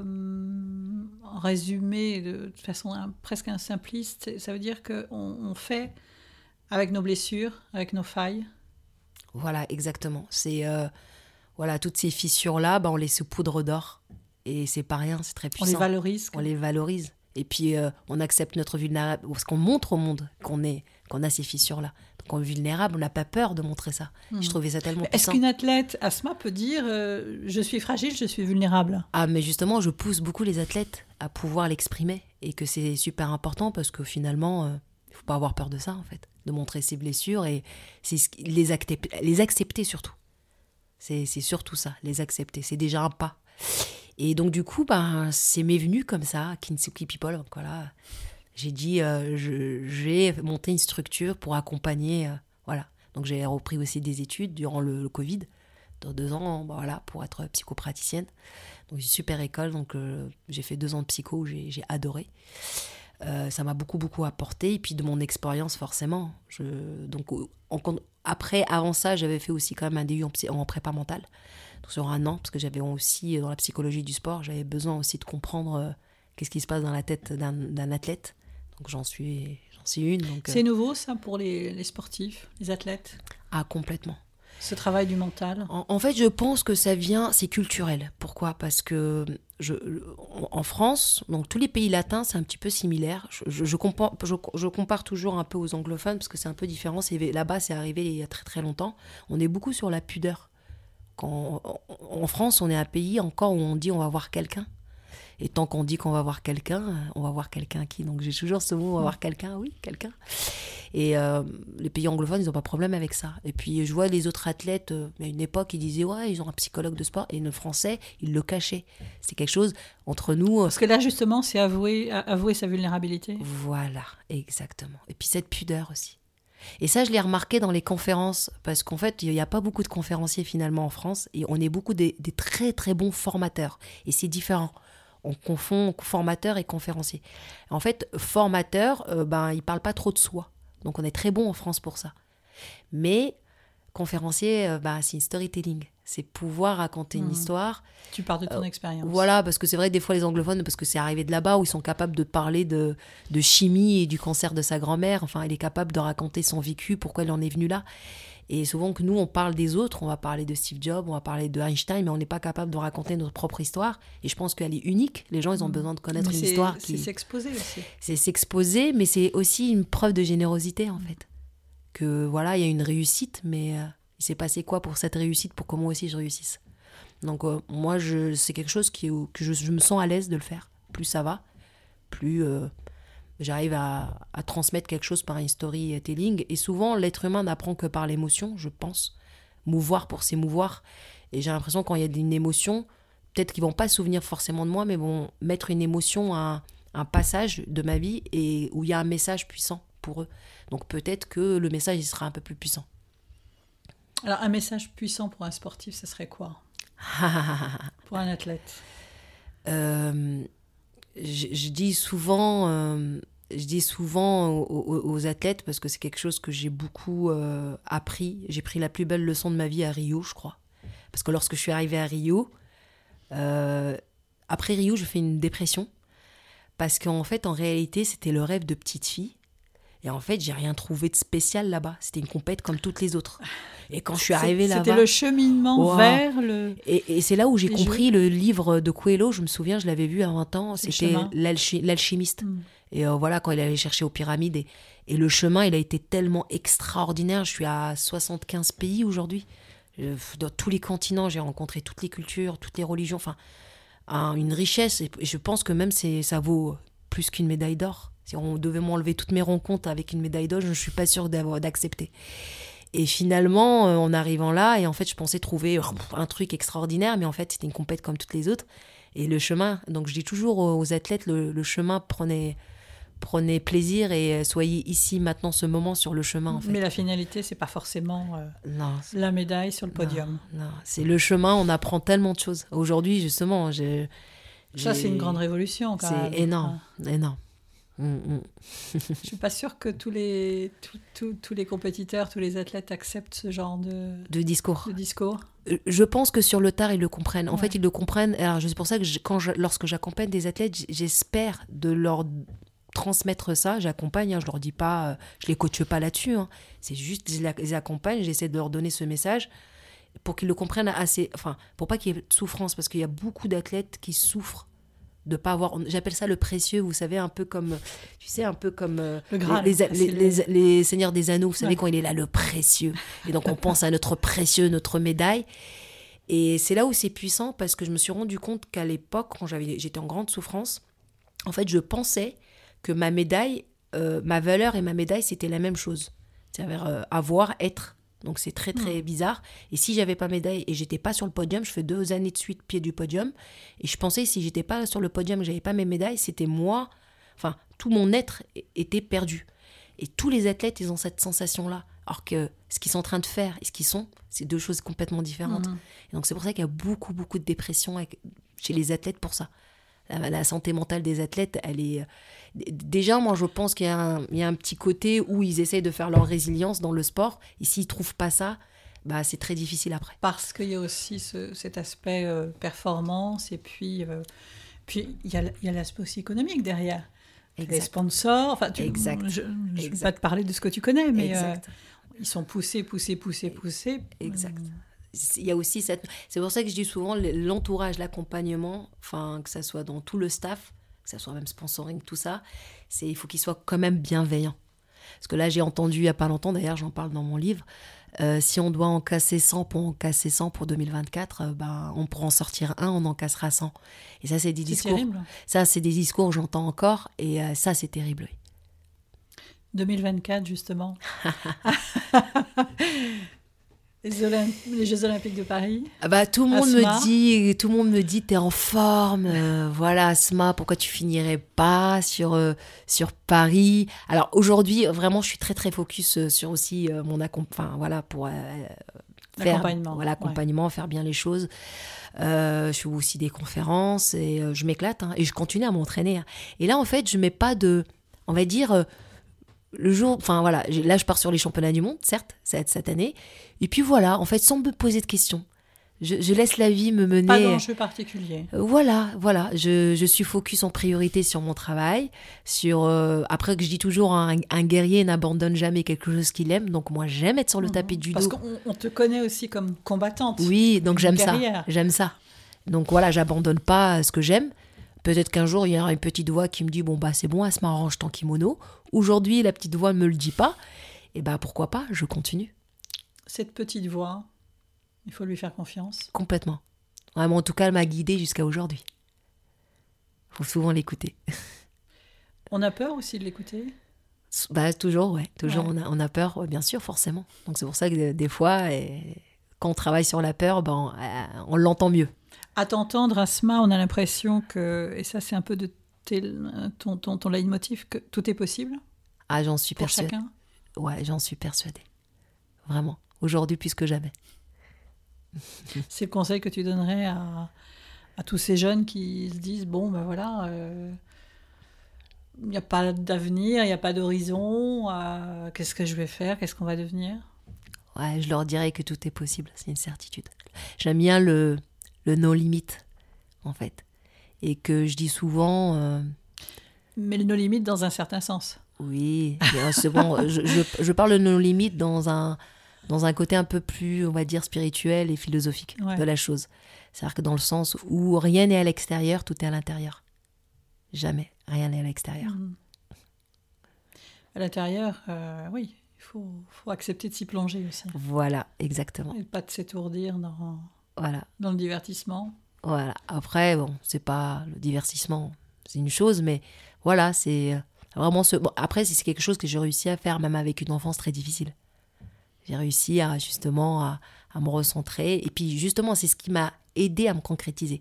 en résumé, de, de façon un, presque un simpliste, ça veut dire qu'on on fait avec nos blessures, avec nos failles. Voilà, exactement. C'est euh, voilà, toutes ces fissures-là, bah, on les saupoudre d'or. Et c'est pas rien, c'est très puissant. On les valorise. On les valorise. Et puis, euh, on accepte notre vulnérabilité. Parce qu'on montre au monde qu'on, est, qu'on a ces fissures-là. Donc, on est vulnérable, on n'a pas peur de montrer ça. Mmh. Je trouvais ça tellement mais puissant. Est-ce qu'une athlète, Asma, peut dire euh, « je suis fragile, je suis vulnérable » ? Ah, mais justement, je pousse beaucoup les athlètes à pouvoir l'exprimer. Et que c'est super important parce que finalement, il euh, ne faut pas avoir peur de ça, en fait. De montrer ses blessures et c'est les, acte- les accepter surtout. C'est, c'est surtout ça, les accepter. C'est déjà un pas. Et donc, du coup, ben, c'est m'est venu comme ça, Kintsugi People. Donc, voilà, j'ai dit, euh, je, j'ai monté une structure pour accompagner. Euh, voilà. Donc, j'ai repris aussi des études durant le, le Covid, dans deux ans, ben, voilà, pour être psychopraticienne. Donc, une super école. Donc, euh, j'ai fait deux ans de psycho où j'ai, j'ai adoré. Euh, ça m'a beaucoup, beaucoup apporté. Et puis, de mon expérience, forcément. Je, donc, en, après, avant ça, j'avais fait aussi quand même un D U en, en prépa mentale. Sur un an, parce que j'avais aussi, dans la psychologie du sport, j'avais besoin aussi de comprendre euh, qu'est-ce qui se passe dans la tête d'un, d'un athlète. Donc j'en suis, j'en suis une. Donc, c'est euh... nouveau ça pour les, les sportifs, les athlètes ? Ah, complètement. Ce travail du mental ? En, en fait, je pense que ça vient, c'est culturel. Pourquoi ? Parce que je, en France, donc tous les pays latins, c'est un petit peu similaire. Je, je, je, compare, je, je compare toujours un peu aux anglophones, parce que c'est un peu différent. C'est, là-bas, c'est arrivé il y a très très longtemps. On est beaucoup sur la pudeur. Quand, en France, on est un pays encore où on dit on va voir quelqu'un. Et tant qu'on dit qu'on va voir quelqu'un, on va voir quelqu'un qui. Donc j'ai toujours ce mot, on va voir quelqu'un, oui, quelqu'un. Et euh, les pays anglophones, ils n'ont pas de problème avec ça. Et puis je vois les autres athlètes, euh, à une époque, ils disaient ouais, ils ont un psychologue de sport. Et le français, ils le cachaient. C'est quelque chose entre nous. Parce que là, justement, c'est avouer, avouer sa vulnérabilité. Voilà, exactement. Et puis cette pudeur aussi. Et ça, je l'ai remarqué dans les conférences, parce qu'en fait, il n'y a pas beaucoup de conférenciers finalement en France, et on est beaucoup des, des très très bons formateurs. Et c'est différent. On confond formateur et conférencier. En fait, formateur, euh, ben, il ne parle pas trop de soi. Donc on est très bon en France pour ça. Mais conférencier, euh, ben, c'est une storytelling. C'est pouvoir raconter une mmh. histoire. Tu parles de ton euh, expérience. Voilà, parce que c'est vrai, des fois, les anglophones, parce que c'est arrivé de là-bas, où ils sont capables de parler de, de chimie et du cancer de sa grand-mère. Enfin, il est capable de raconter son vécu, pourquoi il en est venu là. Et souvent que nous, on parle des autres, on va parler de Steve Jobs, on va parler de Einstein, mais on n'est pas capable de raconter notre propre histoire. Et je pense qu'elle est unique. Les gens, ils ont besoin de connaître mais une c'est, histoire. C'est qui... s'exposer aussi. C'est s'exposer, mais c'est aussi une preuve de générosité, en fait. Que voilà, il y a une réussite, mais euh, il s'est passé quoi pour cette réussite, pour que moi aussi je réussisse. Donc euh, moi, je, c'est quelque chose qui, que je, je me sens à l'aise de le faire. Plus ça va, plus euh, j'arrive à, à transmettre quelque chose par un storytelling. Et souvent, l'être humain n'apprend que par l'émotion, je pense. Mouvoir pour s'émouvoir. Et j'ai l'impression quand il y a une émotion, peut-être qu'ils ne vont pas se souvenir forcément de moi, mais vont mettre une émotion à un, un passage de ma vie et où il y a un message puissant pour eux. Donc peut-être que le message il sera un peu plus puissant. Alors un message puissant pour un sportif, ça serait quoi? Pour un athlète? euh, je, je dis souvent, euh, je dis souvent aux, aux, aux athlètes, parce que c'est quelque chose que j'ai beaucoup euh, appris. J'ai pris la plus belle leçon de ma vie à Rio, je crois. Parce que lorsque je suis arrivée à Rio, euh, après Rio, je fais une dépression. Parce qu'en fait, en réalité, c'était le rêve de petite fille. Et en fait, j'ai rien trouvé de spécial là-bas. C'était une compète comme toutes les autres. Et quand je suis arrivée là-bas... C'était le cheminement wow. vers le... Et, et c'est là où j'ai compris jeux. Le livre de Coelho. Je me souviens, je l'avais vu à vingt ans. C'est c'était l'alchi- l'alchimiste. Mm. Et euh, voilà, quand il allait chercher aux pyramides. Et, et le chemin, il a été tellement extraordinaire. Je suis à soixante-quinze pays aujourd'hui. Je, dans tous les continents, j'ai rencontré toutes les cultures, toutes les religions. Enfin, un, une richesse. Et je pense que même c'est, ça vaut plus qu'une médaille d'or. Si on devait m'enlever toutes mes rencontres avec une médaille d'or, je ne suis pas sûre d'avoir, d'accepter. Et finalement, en arrivant là, et en fait, je pensais trouver un truc extraordinaire, mais en fait, c'était une compète comme toutes les autres. Et le chemin, donc je dis toujours aux athlètes, le, le chemin, prenez, prenez plaisir et soyez ici, maintenant, ce moment sur le chemin. En fait. Mais la finalité, c'est pas forcément euh, non, c'est... la médaille sur le podium. Non, non, c'est le chemin, on apprend tellement de choses. Aujourd'hui, justement, j'ai... Ça, j'ai... c'est une grande révolution, quand c'est même. C'est énorme, enfin... énorme. Mmh, mmh. Je suis pas sûre que tous les, tous, tous, tous les compétiteurs, tous les athlètes acceptent ce genre de, de discours. De discours. Je pense que sur le tard, ils le comprennent. En ouais. fait, ils le comprennent. Alors, c'est pour ça que je, quand je, lorsque j'accompagne des athlètes, j'espère de leur transmettre ça. J'accompagne, hein, je leur dis pas, je les coache pas là-dessus. Hein. C'est juste, je les accompagne, j'essaie de leur donner ce message pour qu'ils le comprennent assez. Enfin, pour pas qu'il y ait de souffrance, parce qu'il y a beaucoup d'athlètes qui souffrent de pas avoir, j'appelle ça le précieux, vous savez, un peu comme, tu sais, un peu comme euh, le Graal, les, les, les, le... les, les Seigneurs des Anneaux, vous savez, ouais. quand il est là, le précieux. Et donc, on pense à notre précieux, notre médaille. Et c'est là où c'est puissant, parce que je me suis rendu compte qu'à l'époque, quand j'avais, j'étais en grande souffrance, en fait, je pensais que ma médaille, euh, ma valeur et ma médaille, c'était la même chose. C'est-à-dire euh, avoir, être. Donc c'est très très mmh. bizarre. Et si j'avais pas médaille et j'étais pas sur le podium, je fais deux années de suite pied du podium. Et je pensais que si j'étais pas sur le podium, que j'avais pas mes médailles, c'était moi. Enfin, tout mon être était perdu. Et tous les athlètes, ils ont cette sensation-là. Alors que ce qu'ils sont en train de faire et ce qu'ils sont, c'est deux choses complètement différentes. Mmh. Et donc c'est pour ça qu'il y a beaucoup beaucoup de dépression avec, chez les athlètes pour ça. La, la santé mentale des athlètes, elle est... Déjà, moi, je pense qu'il y a, un, il y a un petit côté où ils essayent de faire leur résilience dans le sport. Et s'ils ne trouvent pas ça, bah, c'est très difficile après. Parce qu'il y a aussi ce, cet aspect euh, performance. Et puis, euh, puis il y a, il y a l'aspect aussi économique derrière. Exact. Les sponsors. Enfin, tu, exact. Je ne vais pas te parler de ce que tu connais, mais euh, ils sont poussés, poussés, poussés, poussés. Exact. Il y a aussi cette... C'est pour ça que je dis souvent l'entourage, l'accompagnement, enfin, que ça soit dans tout le staff, que ça soit même sponsoring, tout ça, c'est, il faut qu'il soit quand même bienveillant. Parce que là, j'ai entendu il n'y a pas longtemps, d'ailleurs, j'en parle dans mon livre, euh, si on doit en casser cent pour en casser cent pour deux mille vingt-quatre, euh, ben, on pourra en sortir un, on en cassera cent. Et ça, c'est des c'est discours... Terrible. Ça, c'est des discours que j'entends encore, et euh, ça, c'est terrible, oui. deux mille vingt-quatre, justement. Les, Olymp... les Jeux Olympiques de Paris. Ah bah, tout le monde Asma. me dit, tout le monde me dit, t'es en forme. Euh, voilà, Asma, pourquoi tu finirais pas sur euh, sur Paris? Alors aujourd'hui, vraiment, je suis très très focus sur aussi euh, mon accompagnement. Enfin voilà, pour euh, faire l'accompagnement, voilà, accompagnement, ouais. faire bien les choses. Euh, je fais aussi des conférences et euh, je m'éclate hein, et je continue à m'entraîner. Hein. Et là, en fait, je mets pas de, on va dire. Euh, Le jour, enfin voilà, là je pars sur les championnats du monde, certes, cette, cette année. Et puis voilà, en fait, sans me poser de questions. Je, je laisse la vie me mener. Pas d'enjeu particulier. Euh, voilà, voilà. Je, je suis focus en priorité sur mon travail. Sur, euh, après, que je dis toujours, un, un guerrier n'abandonne jamais quelque chose qu'il aime. Donc moi, j'aime être sur le mmh. tapis de judo. Parce qu'on on te connaît aussi comme combattante. Oui, donc j'aime guerrière. ça. J'aime ça. Donc voilà, j'abandonne pas ce que j'aime. Peut-être qu'un jour, il y aura une petite voix qui me dit « Bon, bah c'est bon, Asma, range ton kimono. » Aujourd'hui, la petite voix ne me le dit pas. Et bah pourquoi pas, je continue. Cette petite voix, il faut lui faire confiance. Complètement. Vraiment, en tout cas, elle m'a guidée jusqu'à aujourd'hui. Il faut souvent l'écouter. On a peur aussi de l'écouter ? Bah toujours, ouais. Toujours, ouais. On, a, on a peur, ouais, bien sûr, forcément. Donc c'est pour ça que des fois, et, quand on travaille sur la peur, ben, on, on l'entend mieux. À t'entendre, Asma, on a l'impression que, et ça c'est un peu de tes, ton, ton, ton leitmotiv, que tout est possible. Ah, j'en suis pour persuadée. chacun. Ouais, j'en suis persuadée. Vraiment. Aujourd'hui, plus que jamais. C'est le conseil que tu donnerais à, à tous ces jeunes qui se disent, bon, ben voilà, euh, il n'y a pas d'avenir, il n'y a pas d'horizon, euh, qu'est-ce que je vais faire, qu'est-ce qu'on va devenir? Ouais, je leur dirais que tout est possible, c'est une certitude. J'aime bien le, le no limit, en fait. Et que je dis souvent... euh, Mais le no limit dans un certain sens. oui, mais, euh, c'est bon, je, je, je parle de no limit dans un, dans un côté un peu plus, on va dire, spirituel et philosophique Ouais. de la chose. C'est-à-dire que dans le sens où rien n'est à l'extérieur, tout est à l'intérieur. Jamais, rien n'est à l'extérieur. Mhm. À l'intérieur, euh, oui, il faut, faut accepter de s'y plonger aussi. Voilà, exactement. Et pas de s'étourdir dans, Voilà, dans le divertissement. voilà. Après, bon, c'est pas le divertissement, c'est une chose, mais voilà, c'est vraiment ce... Bon, après, c'est quelque chose que j'ai réussi à faire, même avec une enfance très difficile. J'ai réussi à, justement, à, à me recentrer. Et puis, justement, c'est ce qui m'a aidé à me concrétiser.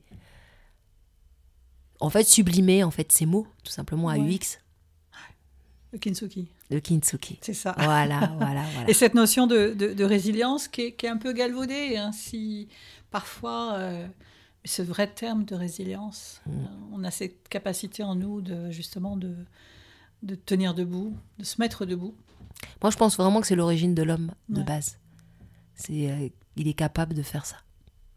En fait, sublimer, en fait, ces mots, tout simplement, à Ouais. U X, Le kintsugi, le kintsugi. c'est ça. Voilà, voilà, voilà. Et cette notion de, de, de résilience qui est, qui est un peu galvaudée, hein, si parfois, euh, ce vrai terme de résilience, Mm. euh, on a cette capacité en nous de justement de, de tenir debout, de se mettre debout. Moi, je pense vraiment que c'est l'origine de l'homme, de Ouais. base. C'est, euh, il est capable de faire ça.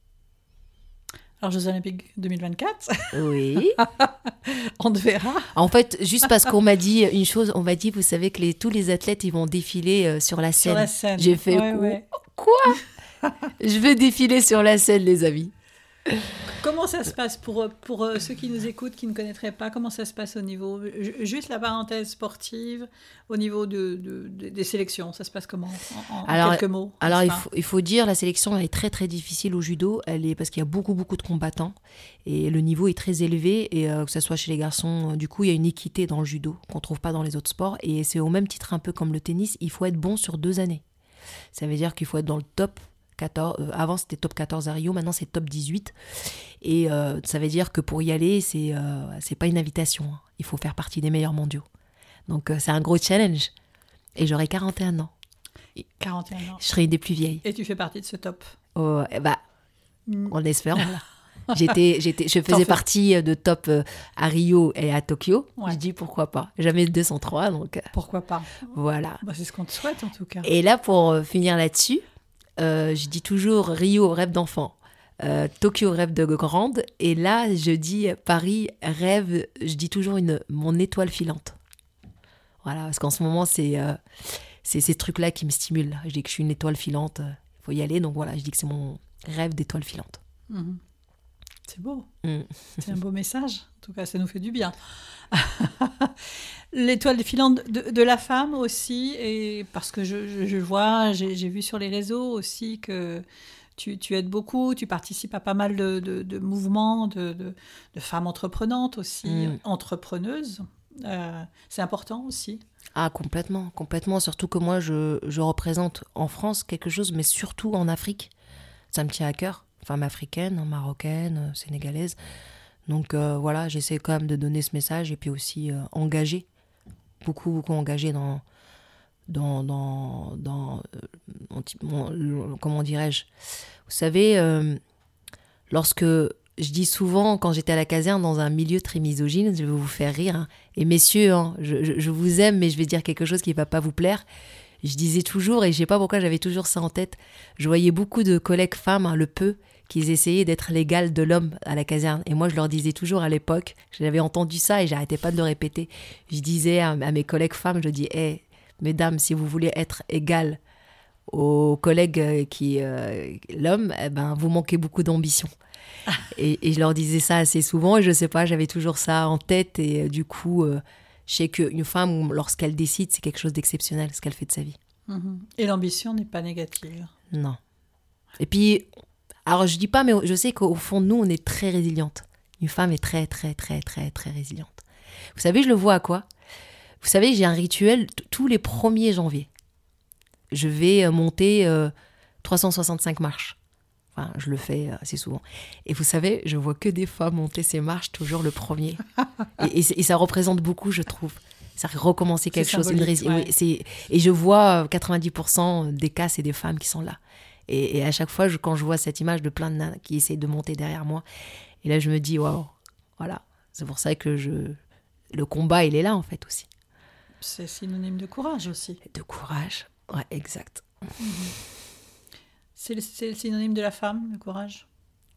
Alors, Jeux Olympiques deux mille vingt-quatre, Oui. on te verra. En fait, juste parce qu'on m'a dit une chose, on m'a dit, vous savez que les, tous les athlètes, ils vont défiler euh, sur la scène. Sur la scène. J'ai fait Ouais, quoi, ouais. quoi Je vais défiler sur la scène, les amis. Comment ça se passe pour, pour euh, ceux qui nous écoutent, qui ne connaîtraient pas, comment ça se passe au niveau, ju- juste la parenthèse sportive, au niveau de, de- de- des sélections, ça se passe comment en, en Alors- quelques mots? Alors, il n'est-ce faut, il faut dire, la sélection, elle est très, très difficile au judo. Elle est, parce qu'il y a beaucoup, beaucoup de combattants. Et le niveau est très élevé. Et euh, que ce soit chez les garçons, euh, du coup, il y a une équité dans le judo qu'on ne trouve pas dans les autres sports. Et c'est au même titre un peu comme le tennis. Il faut être bon sur deux années. Ça veut dire qu'il faut être dans le top quatorze. Euh, avant, c'était top quatorze à Rio. Maintenant, c'est top dix-huit. Et euh, ça veut dire que pour y aller, c'est, euh, c'est pas une invitation. Hein. Il faut faire partie des meilleurs mondiaux. Donc, euh, c'est un gros challenge. Et j'aurai quarante et un ans. pas quarante et un ans. Je serai une des plus vieilles. Et tu fais partie de ce top. Oh, eh bah, Mm. on espère. Voilà. J'étais, j'étais, je T'en faisais fais. partie de top euh, à Rio et à Tokyo. Ouais. Je dis pourquoi pas. Jamais deux cent trois, donc euh, Pourquoi pas? voilà. Bah, c'est ce qu'on te souhaite en tout cas. Et là, pour euh, finir là-dessus, euh, je dis toujours Rio, rêve d'enfant. Euh, Tokyo, rêve de grande. Et là, je dis Paris, rêve, je dis toujours une, mon étoile filante. Voilà, parce qu'en ce moment, c'est, euh, c'est ces trucs-là qui me stimulent. Je dis que je suis une étoile filante, il faut y aller. Donc voilà, je dis que c'est mon rêve d'étoile filante. Mhm. C'est beau. Mm. C'est un beau message. En tout cas, ça nous fait du bien. L'étoile filante de, de la femme aussi, et parce que je, je, je vois, j'ai, j'ai vu sur les réseaux aussi que tu, tu aides beaucoup, tu participes à pas mal de, de, de mouvements de, de, de femmes entreprenantes aussi, Mm. entrepreneuses. Euh, c'est important aussi. Ah, complètement, complètement. Surtout que moi, je, je représente en France quelque chose, mais surtout en Afrique. Ça me tient à cœur. Femme africaine, marocaine, sénégalaise. Donc euh, voilà, j'essaie quand même de donner ce message et puis aussi euh, engagée. Beaucoup, beaucoup engagée dans... dans, dans, dans euh, mon type- mon- le- comment dirais-je? Vous savez, euh, lorsque... Je dis souvent, quand j'étais à la caserne, dans un milieu très misogyne, je vais vous faire rire, hein. Et messieurs, hein, je, je, je vous aime, mais je vais dire quelque chose qui ne va pas vous plaire. Je disais toujours, et je ne sais pas pourquoi j'avais toujours ça en tête, je voyais beaucoup de collègues femmes, hein, le peu, qu'ils essayaient d'être l'égale de l'homme à la caserne. Et moi, je leur disais toujours à l'époque, j'avais entendu ça et j'arrêtais pas de le répéter. Je disais à, à mes collègues femmes, je dis, hé, hey, mesdames, si vous voulez être égales aux collègues qui, euh, l'homme, eh ben, vous manquez beaucoup d'ambition. Et, et je leur disais ça assez souvent et je sais pas, j'avais toujours ça en tête et euh, du coup, euh, je sais qu'une femme, lorsqu'elle décide, c'est quelque chose d'exceptionnel, ce qu'elle fait de sa vie. Mhm. Et l'ambition n'est pas négative. Non. Et puis, alors je dis pas, mais je sais qu'au fond de nous, on est très résiliente. Une femme est très, très, très, très, très résiliente. Vous savez, je le vois à quoi? Vous savez, j'ai un rituel t- tous les premiers janvier. Je vais euh, monter euh, trois cent soixante-cinq marches. Enfin, je le fais assez souvent. Et vous savez, je vois que des femmes monter ces marches toujours le premier. Et, et, et ça représente beaucoup, je trouve. c'est recommencer quelque chose. Une rési- ouais. oui, c'est... Et je vois quatre-vingt-dix pour cent des cas, c'est des femmes qui sont là. Et, et à chaque fois, je, quand je vois cette image de plein de nanas qui essayent de monter derrière moi, et là, je me dis, waouh, voilà. C'est pour ça que je... le combat, il est là, en fait, aussi. C'est synonyme de courage aussi. De courage, ouais, exact. Mmh. C'est, le, c'est le synonyme de la femme, le courage.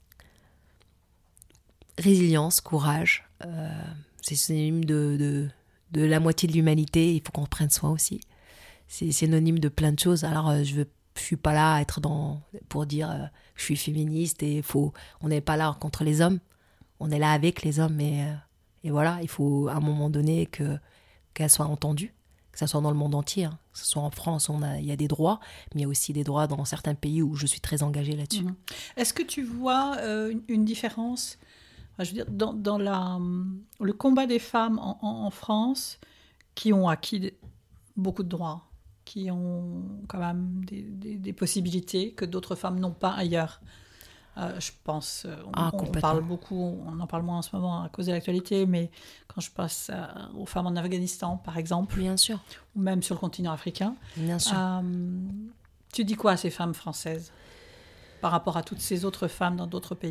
Résilience, courage, euh, c'est synonyme de, de, de la moitié de l'humanité. Il faut qu'on prenne soin aussi. C'est synonyme de plein de choses. Alors, euh, je ne suis pas là à être dans, pour dire euh, je suis féministe et faut, on n'est pas là contre les hommes. On est là avec les hommes. Et, euh, et voilà, il faut à un moment donné que, qu'elles soient entendues, que ce soit dans le monde entier. Hein. Que ce soit en France, on a, il y a des droits, mais il y a aussi des droits dans certains pays où je suis très engagée là-dessus. Mmh. Est-ce que tu vois euh, une, une différence ? Je veux dire, dans, dans la, le combat des femmes en, en, en France, qui ont acquis beaucoup de droits, qui ont quand même des, des, des possibilités que d'autres femmes n'ont pas ailleurs. Euh, je pense, on, ah, on parle beaucoup, on en parle moins en ce moment à cause de l'actualité, mais quand je passe à, aux femmes en Afghanistan, par exemple, bien sûr, ou même sur le continent africain, bien sûr. Euh, tu dis quoi à ces femmes françaises par rapport à toutes ces autres femmes dans d'autres pays ?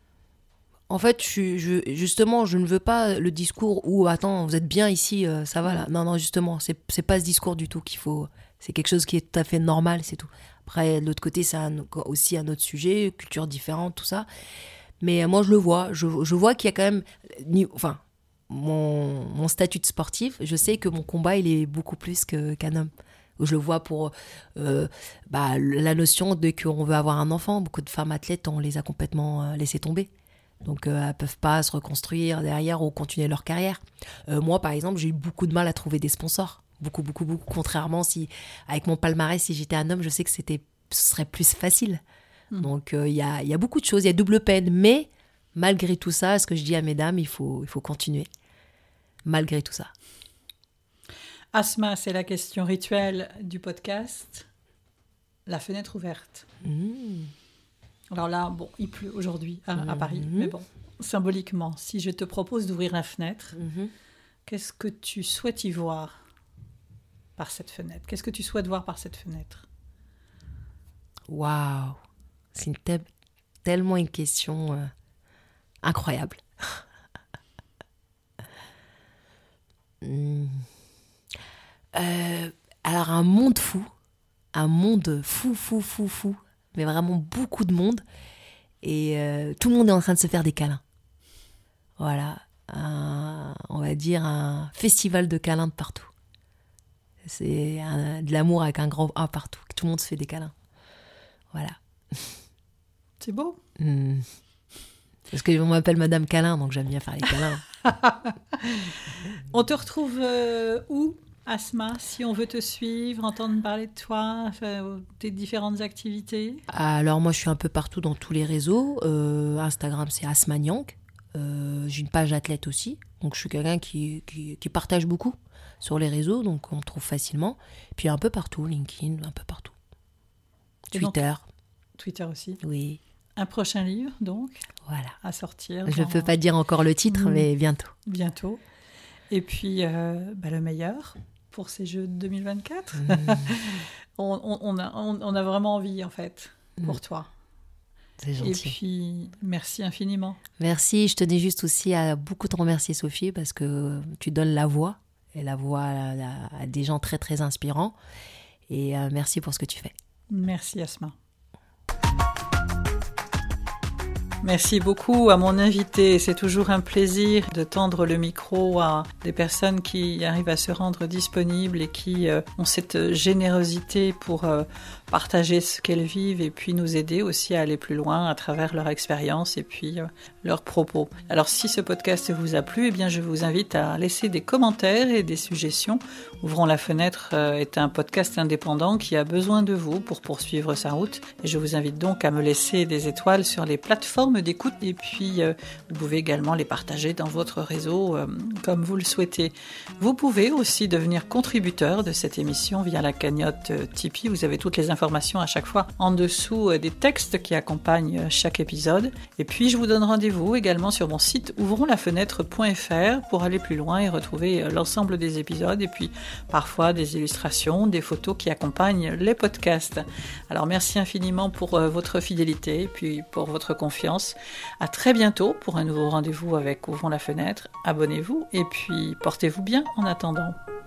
En fait, je, je, justement, je ne veux pas le discours où, attends, vous êtes bien ici, euh, ça va là. Non, non, justement, c'est, c'est pas ce discours du tout qu'il faut. C'est quelque chose qui est tout à fait normal, c'est tout. Après, de l'autre côté, c'est un, aussi un autre sujet, culture différente, tout ça. Mais moi, je le vois. Je, je vois qu'il y a quand même... Enfin, mon, mon statut de sportif, je sais que mon combat, il est beaucoup plus que, qu'un homme. Je le vois pour euh, bah, la notion de qu'on veut avoir un enfant. Beaucoup de femmes athlètes, on les a complètement euh, laissées tomber. Donc, euh, elles ne peuvent pas se reconstruire derrière ou continuer leur carrière. Euh, moi, par exemple, j'ai eu beaucoup de mal à trouver des sponsors. Beaucoup, beaucoup, beaucoup. Contrairement, si, avec mon palmarès, si j'étais un homme, je sais que c'était, ce serait plus facile. Mmh. Donc, il euh, y, a, y a beaucoup de choses. Il y a double peine. Mais, malgré tout ça, ce que je dis à mesdames, il faut, il faut continuer. Malgré tout ça. Asma, c'est la question rituelle du podcast. La fenêtre ouverte. Mmh. Alors là, bon, il pleut aujourd'hui à, à Paris, mmh. mais bon, symboliquement, si je te propose d'ouvrir la fenêtre, mmh. qu'est-ce que tu souhaites y voir par cette fenêtre ? Qu'est-ce que tu souhaites voir par cette fenêtre ? Waouh ! C'est une te- tellement une question euh, incroyable. mmh. euh, alors, un monde fou, un monde fou, fou, fou, fou, mais vraiment beaucoup de monde, et euh, tout le monde est en train de se faire des câlins. Voilà, un, on va dire un festival de câlins de partout. C'est un, de l'amour avec un grand A partout, tout le monde se fait des câlins. Voilà. C'est beau. Mmh. Parce qu'on m'appelle Madame Câlin, donc j'aime bien faire les câlins. On te retrouve euh, où, Asma, si on veut te suivre, entendre parler de toi, enfin, tes différentes activités ? Alors moi, je suis un peu partout dans tous les réseaux. Euh, Instagram, c'est Asma Nyank. Euh, j'ai une page athlète aussi. Donc je suis quelqu'un qui, qui, qui partage beaucoup sur les réseaux, donc on me trouve facilement. Puis un peu partout, LinkedIn, un peu partout. Et Twitter. Donc, Twitter aussi. Oui. Un prochain livre, donc, voilà. à sortir. Je ne dans... peux pas dire encore le titre, mmh. mais bientôt. Bientôt. Et puis, euh, bah, le meilleur pour ces Jeux de deux mille vingt-quatre. Mmh. on, on, on, a, on, on a vraiment envie, en fait, pour mmh. toi. C'est gentil. Et puis, merci infiniment. Merci. Je tenais juste aussi à beaucoup te remercier, Sophie, parce que tu donnes la voix, et la voix à, à, à des gens très, très inspirants. Et euh, merci pour ce que tu fais. Merci, Asma. Merci beaucoup à mon invité. C'est toujours un plaisir de tendre le micro à des personnes qui arrivent à se rendre disponibles et qui euh, ont cette générosité pour euh, partager ce qu'elles vivent et puis nous aider aussi à aller plus loin à travers leur expérience et puis euh, leurs propos. Alors si ce podcast vous a plu, eh bien je vous invite à laisser des commentaires et des suggestions. Ouvrons la fenêtre euh, est un podcast indépendant qui a besoin de vous pour poursuivre sa route et je vous invite donc à me laisser des étoiles sur les plateformes d'écoute et puis euh, vous pouvez également les partager dans votre réseau euh, comme vous le souhaitez. Vous pouvez aussi devenir contributeur de cette émission via la cagnotte euh, Tipeee. Vous avez toutes les informations informations à chaque fois en dessous des textes qui accompagnent chaque épisode. Et puis je vous donne rendez-vous également sur mon site ouvrons la fenêtre point f r pour aller plus loin et retrouver l'ensemble des épisodes et puis parfois des illustrations, des photos qui accompagnent les podcasts. Alors merci infiniment pour votre fidélité et puis pour votre confiance. À très bientôt pour un nouveau rendez-vous avec Ouvrons la fenêtre. Abonnez-vous et puis portez-vous bien en attendant.